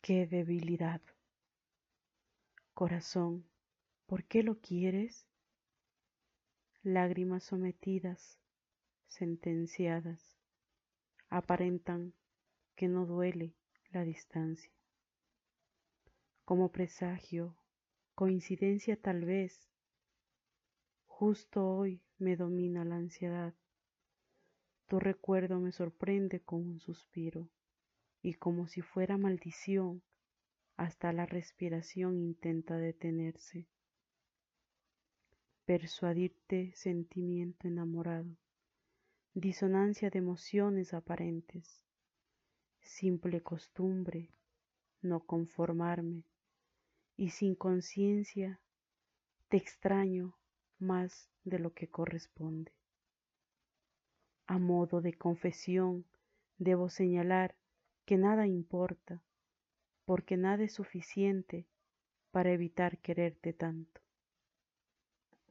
Qué debilidad. Corazón, ¿por qué lo quieres? Lágrimas sometidas, sentenciadas, aparentan que no duele la distancia. Como presagio, coincidencia tal vez, justo hoy me domina la ansiedad. Tu recuerdo me sorprende con un suspiro y como si fuera maldición, hasta la respiración intenta detenerse. Persuadirte sentimiento enamorado, disonancia de emociones aparentes, simple costumbre, no conformarme, y sin conciencia te extraño más de lo que corresponde. A modo de confesión, debo señalar que nada importa, porque nada es suficiente para evitar quererte tanto.